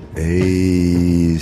Ey,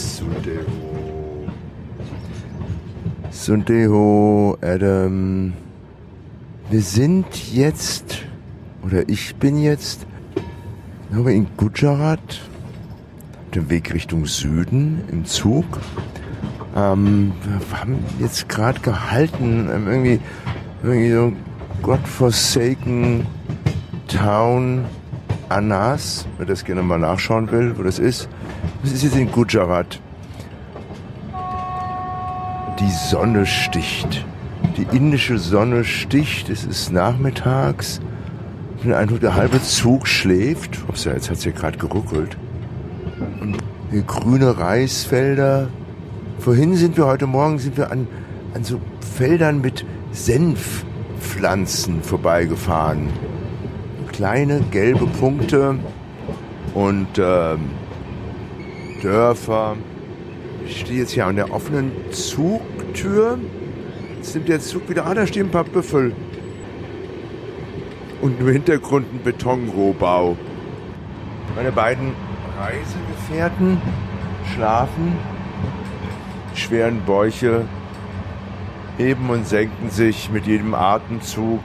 Sundeho, Adam. Wir sind jetzt, oder ich bin jetzt, glaube in Gujarat, auf dem Weg Richtung Süden im Zug. Wir haben jetzt gerade gehalten, irgendwie so godforsaken Town Anas, wer das gerne mal nachschauen will, wo das ist. Das ist jetzt in Gujarat. Die Sonne sticht. Die indische Sonne sticht. Es ist nachmittags. Ich habe den Eindruck, der halbe Zug schläft. Ups, jetzt hat es ja gerade geruckelt. Und grüne Reisfelder. Heute Morgen sind wir an so Feldern mit Senfpflanzen vorbeigefahren. Kleine gelbe Punkte und Dörfer. Ich stehe jetzt hier an der offenen Zugtür. Jetzt nimmt der Zug wieder an, da stehen ein paar Büffel. Und im Hintergrund ein Betonrohbau. Meine beiden Reisegefährten schlafen. Die schweren Bäuche heben und senken sich mit jedem Atemzug.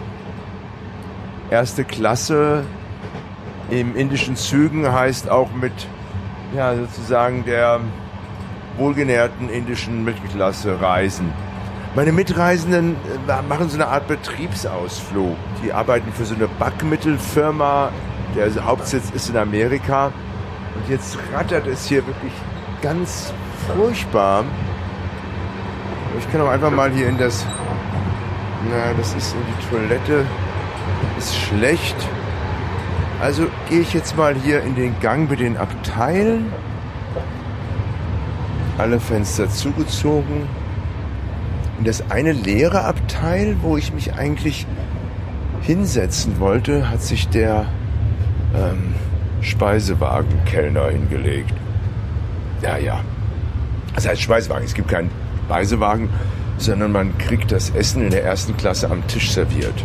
Erste Klasse im indischen Zügen heißt auch mit sozusagen der wohlgenährten indischen Mittelklasse reisen. Meine Mitreisenden machen so eine Art Betriebsausflug. Die arbeiten für so eine Backmittelfirma, der Hauptsitz ist in Amerika. Und jetzt rattert es hier wirklich ganz furchtbar. Ich kann auch einfach mal hier das ist in die Toilette. Ist schlecht. Also gehe ich jetzt mal hier in den Gang mit den Abteilen. Alle Fenster zugezogen. Und das eine leere Abteil, wo ich mich eigentlich hinsetzen wollte, hat sich der Speisewagenkellner hingelegt. Ja. Das heißt Speisewagen. Es gibt keinen Speisewagen, sondern man kriegt das Essen in der ersten Klasse am Tisch serviert.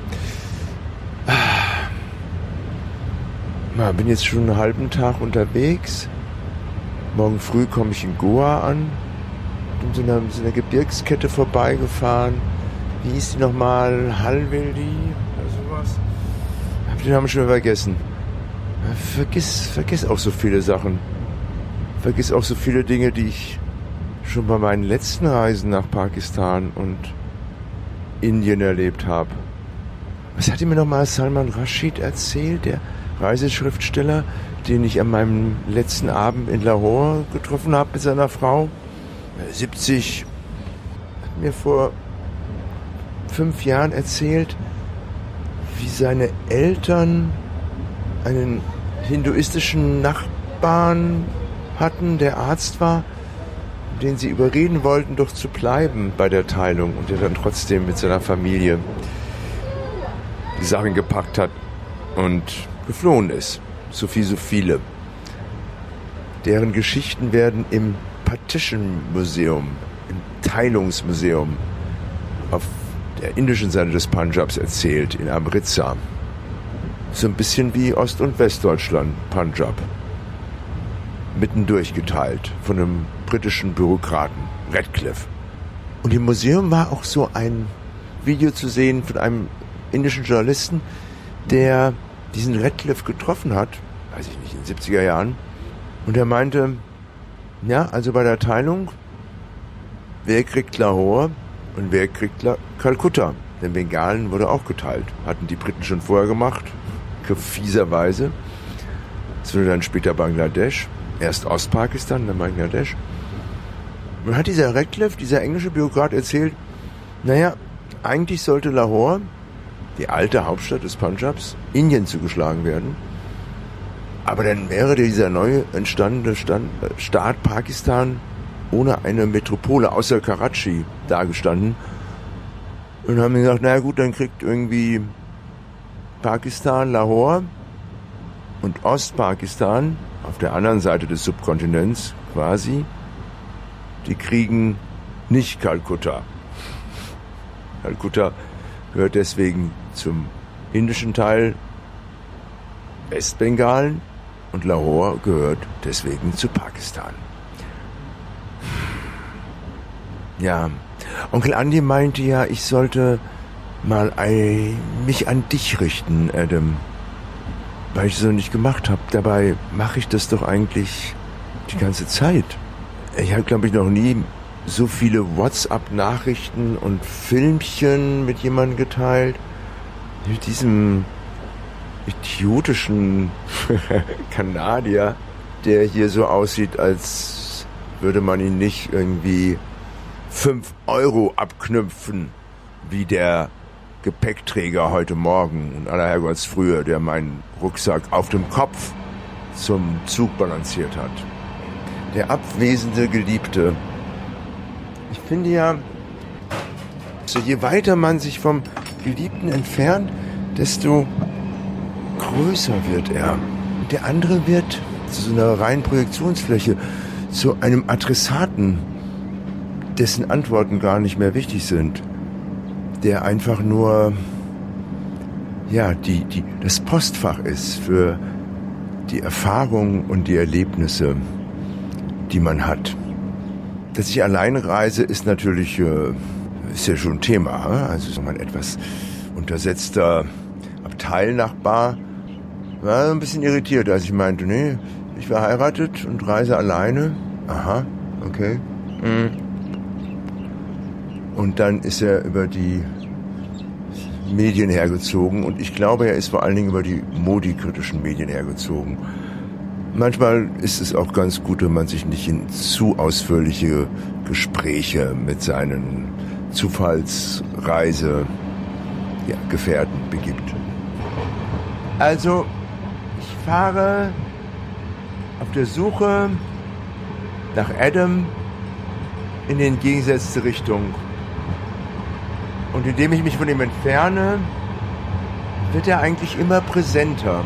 Bin jetzt schon einen halben Tag unterwegs. Morgen früh komme ich in Goa an. Bin so einer Gebirgskette vorbeigefahren. Wie hieß die nochmal? Halvildi oder sowas? Hab den Namen schon vergessen. Vergiss auch so viele Sachen. Vergiss auch so viele Dinge, die ich schon bei meinen letzten Reisen nach Pakistan und Indien erlebt habe. Was hat mir nochmal Salman Rashid erzählt, der Reiseschriftsteller, den ich an meinem letzten Abend in Lahore getroffen habe mit seiner Frau? 70, hat mir vor 5 Jahren erzählt, wie seine Eltern einen hinduistischen Nachbarn hatten, der Arzt war, den sie überreden wollten, doch zu bleiben bei der Teilung, und der dann trotzdem mit seiner Familie die Sachen gepackt hat und geflohen ist. So viele. Deren Geschichten werden im Partition Museum, im Teilungsmuseum auf der indischen Seite des Punjabs erzählt, in Amritsar. So ein bisschen wie Ost- und Westdeutschland, Punjab. Mitten durchgeteilt von einem britischen Bürokraten, Radcliffe. Und im Museum war auch so ein Video zu sehen von einem indischen Journalisten, der diesen Radcliffe getroffen hat, weiß ich nicht, in den 70er Jahren. Und er meinte, ja, also bei der Teilung, wer kriegt Lahore und wer kriegt Kalkutta? Denn Bengalen wurde auch geteilt. Hatten die Briten schon vorher gemacht, fieserweise. Es wurde dann später Bangladesch, erst Ostpakistan, dann Bangladesch. Und hat dieser Radcliffe, dieser englische Bürokrat, erzählt, naja, eigentlich sollte Lahore, die alte Hauptstadt des Punjabs, Indien zugeschlagen werden. Aber dann wäre dieser neu entstandene Staat Pakistan ohne eine Metropole außer Karachi dagestanden. Und haben gesagt, naja gut, dann kriegt irgendwie Pakistan Lahore und Ostpakistan auf der anderen Seite des Subkontinents quasi, die kriegen nicht Kalkutta. Kalkutta gehört deswegen zum indischen Teil Westbengalen und Lahore gehört deswegen zu Pakistan. Ja, Onkel Andy meinte ja, ich sollte mal mich an dich richten, Adam. Weil ich es so nicht gemacht habe. Dabei mache ich das doch eigentlich die ganze Zeit. Ich habe, glaube ich, noch nie so viele WhatsApp-Nachrichten und Filmchen mit jemandem geteilt. Mit diesem idiotischen Kanadier, der hier so aussieht, als würde man ihn nicht irgendwie 5 Euro abknüpfen, wie der Gepäckträger heute Morgen und aller Herrgottsfrühe, der meinen Rucksack auf dem Kopf zum Zug balanciert hat. Der abwesende Geliebte. Ich finde ja, so je weiter man sich vom Geliebten entfernt, desto größer wird er. Und der andere wird zu so einer reinen Projektionsfläche, zu einem Adressaten, dessen Antworten gar nicht mehr wichtig sind. Der einfach nur, ja, das Postfach ist für die Erfahrungen und die Erlebnisse, die man hat. Dass ich alleine reise, ist natürlich, ist ja schon ein Thema. Also so mein etwas untersetzter Abteilnachbar war ein bisschen irritiert, als ich meinte, nee, ich war verheiratet und reise alleine. Aha, okay. Und dann ist er über die Medien hergezogen und ich glaube, er ist vor allen Dingen über die modikritischen Medien hergezogen. Manchmal ist es auch ganz gut, wenn man sich nicht in zu ausführliche Gespräche mit seinen Zufallsreisegefährten begibt. Also, ich fahre auf der Suche nach Adam in die entgegengesetzte Richtung. Und indem ich mich von ihm entferne, wird er eigentlich immer präsenter.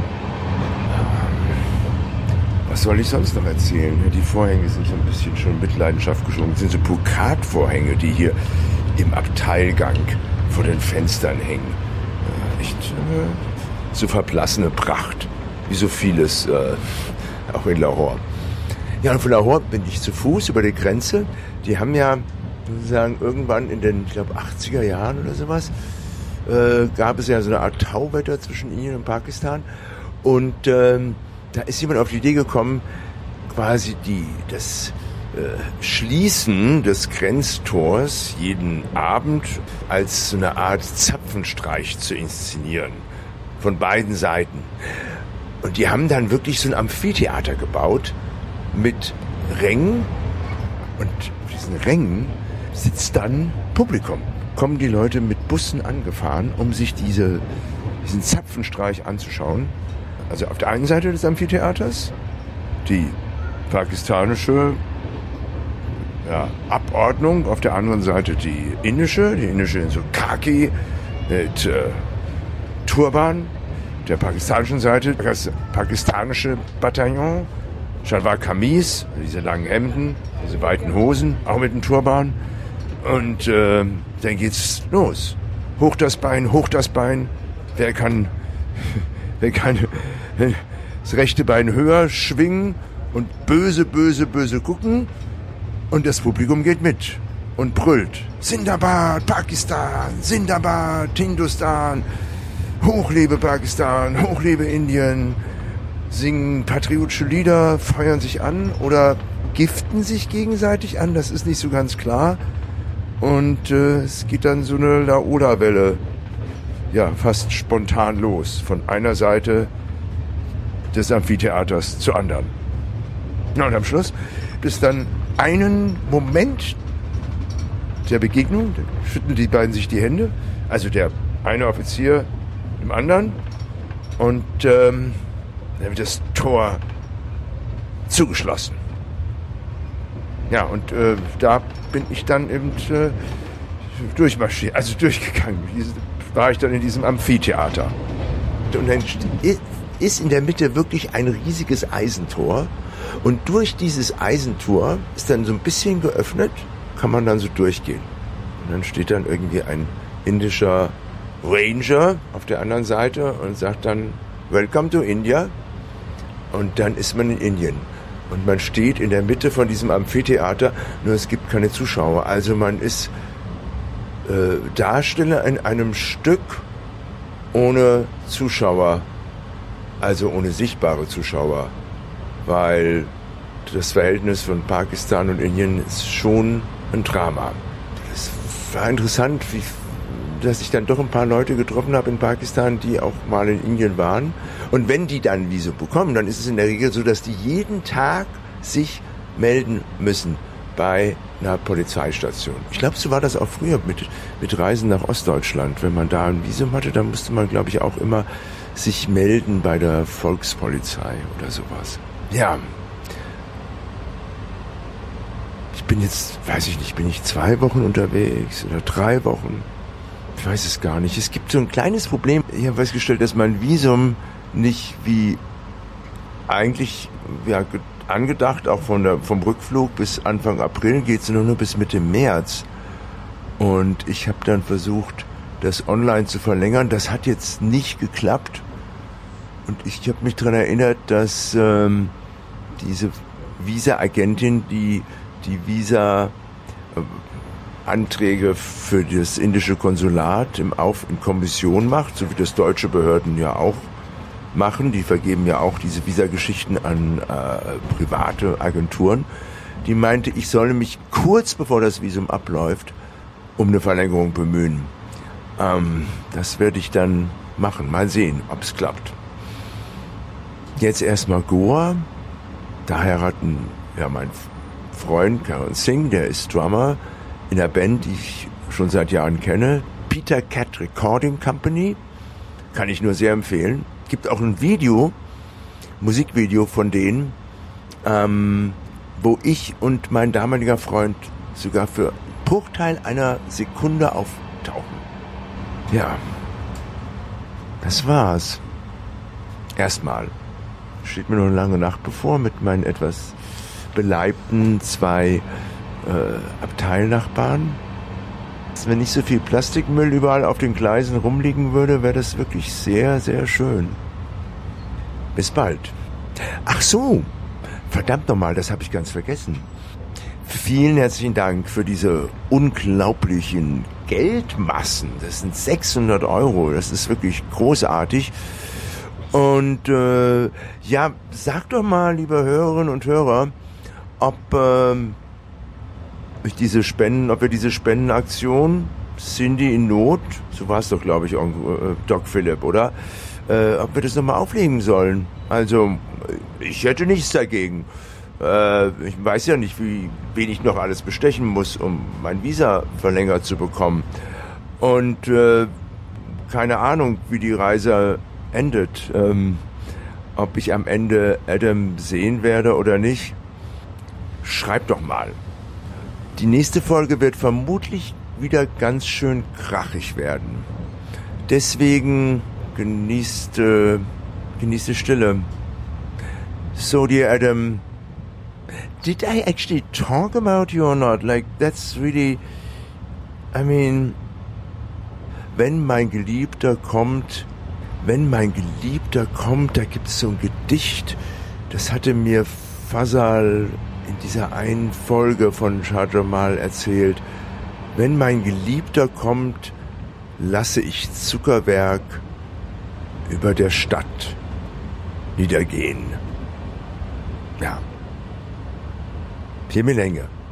Was soll ich sonst noch erzählen? Die Vorhänge sind so ein bisschen schon mit Leidenschaft geschwungen. Das sind so Brokatvorhänge, die hier im Abteilgang vor den Fenstern hängen. Echt so verblassene Pracht, wie so vieles, auch in Lahore. Ja, und von Lahore bin ich zu Fuß über die Grenze. Die haben ja sozusagen irgendwann in den, ich glaube, 80er Jahren oder sowas, gab es ja so eine Art Tauwetter zwischen Indien und Pakistan. Und da ist jemand auf die Idee gekommen, quasi das Schließen des Grenztors jeden Abend als so eine Art Zapfenstreich zu inszenieren. Von beiden Seiten. Und die haben dann wirklich so ein Amphitheater gebaut mit Rängen. Und auf diesen Rängen sitzt dann Publikum. Kommen die Leute mit Bussen angefahren, um sich diesen Zapfenstreich anzuschauen. Also auf der einen Seite des Amphitheaters die pakistanische Abordnung, auf der anderen Seite die indische in so Khaki mit Turban. Der pakistanischen Seite das pakistanische Bataillon, Shalwar Kameez, diese langen Hemden, diese weiten Hosen, auch mit dem Turban. Und dann geht's los. Hoch das Bein. Wer kann das rechte Bein höher schwingen und böse gucken? Und das Publikum geht mit und brüllt. Zindabad, Pakistan, Zindabad, Hindustan, hoch lebe Pakistan, hoch lebe Indien. Singen patriotische Lieder, feuern sich an oder giften sich gegenseitig an, das ist nicht so ganz klar. Und es geht dann so eine Laola-Welle, ja, fast spontan los, von einer Seite des Amphitheaters zur anderen. Ja, und am Schluss bis dann einen Moment der Begegnung, da schütten die beiden sich die Hände, also der eine Offizier dem anderen, und dann wird das Tor zugeschlossen. Ja, und da bin ich dann eben durchmarschiert, also durchgegangen. War ich dann in diesem Amphitheater. Und dann ist in der Mitte wirklich ein riesiges Eisentor. Und durch dieses Eisentor ist dann so ein bisschen geöffnet, kann man dann so durchgehen. Und dann steht dann irgendwie ein indischer Ranger auf der anderen Seite und sagt dann, Welcome to India. Und dann ist man in Indien. Und man steht in der Mitte von diesem Amphitheater, nur es gibt keine Zuschauer. Also man ist Darsteller in einem Stück ohne Zuschauer, also ohne sichtbare Zuschauer, weil das Verhältnis von Pakistan und Indien ist schon ein Drama. Es war interessant, dass ich dann doch ein paar Leute getroffen habe in Pakistan, die auch mal in Indien waren. Und wenn die dann Visum bekommen, dann ist es in der Regel so, dass die jeden Tag sich melden müssen bei einer Polizeistation. Ich glaube, so war das auch früher mit Reisen nach Ostdeutschland. Wenn man da ein Visum hatte, dann musste man, glaube ich, auch immer sich melden bei der Volkspolizei oder sowas. Ja. Ich bin jetzt, weiß ich nicht, bin ich 2 Wochen unterwegs oder 3 Wochen? Ich weiß es gar nicht. Es gibt so ein kleines Problem. Ich habe festgestellt, dass mein Visum nicht wie eigentlich angedacht, auch vom Rückflug bis Anfang April geht es nur bis Mitte März. Und ich habe dann versucht, das online zu verlängern. Das hat jetzt nicht geklappt. Und ich habe mich daran erinnert, dass diese Visa-Agentin, die Visa-Anträge für das indische Konsulat in Kommission macht, so wie das deutsche Behörden ja auch machen. Die vergeben ja auch diese Visa-Geschichten an private Agenturen. Die meinte, ich solle mich kurz bevor das Visum abläuft, um eine Verlängerung bemühen. Das werde ich dann machen. Mal sehen, ob es klappt. Jetzt erstmal Goa. Da heiraten mein Freund Karan Singh, der ist Drummer in einer Band, die ich schon seit Jahren kenne. Peter Cat Recording Company. Kann ich nur sehr empfehlen. Gibt auch ein Musikvideo von denen, wo ich und mein damaliger Freund sogar für Bruchteil einer Sekunde auftauchen. Ja, das war's. Erstmal steht mir noch eine lange Nacht bevor mit meinen etwas beleibten 2 Abteilnachbarn. Wenn nicht so viel Plastikmüll überall auf den Gleisen rumliegen würde, wäre das wirklich sehr, sehr schön. Bis bald. Ach so, verdammt nochmal, das habe ich ganz vergessen. Vielen herzlichen Dank für diese unglaublichen Geldmassen. Das sind 600 €, das ist wirklich großartig. Und sagt doch mal, liebe Hörerinnen und Hörer, ob wir diese Spendenaktion Cindy in Not, so war es doch, glaube ich, Doc Philipp, oder? Ob wir das nochmal auflegen sollen. Also, ich hätte nichts dagegen. Ich weiß ja nicht, wen ich noch alles bestechen muss, um mein Visa verlängert zu bekommen. Und keine Ahnung, wie die Reise endet. Ob ich am Ende Adam sehen werde oder nicht. Schreibt doch mal. Die nächste Folge wird vermutlich wieder ganz schön krachig werden. Deswegen genießt die Stille. So, dear Adam, did I actually talk about you or not? Like, that's really, I mean, wenn mein Geliebter kommt, da gibt es so ein Gedicht, das hatte mir Fasal in dieser einen Folge von Shah Jamal erzählt. Wenn mein Geliebter kommt, lasse ich Zuckerwerk über der Stadt niedergehen. Ja. Viel mehr Länge.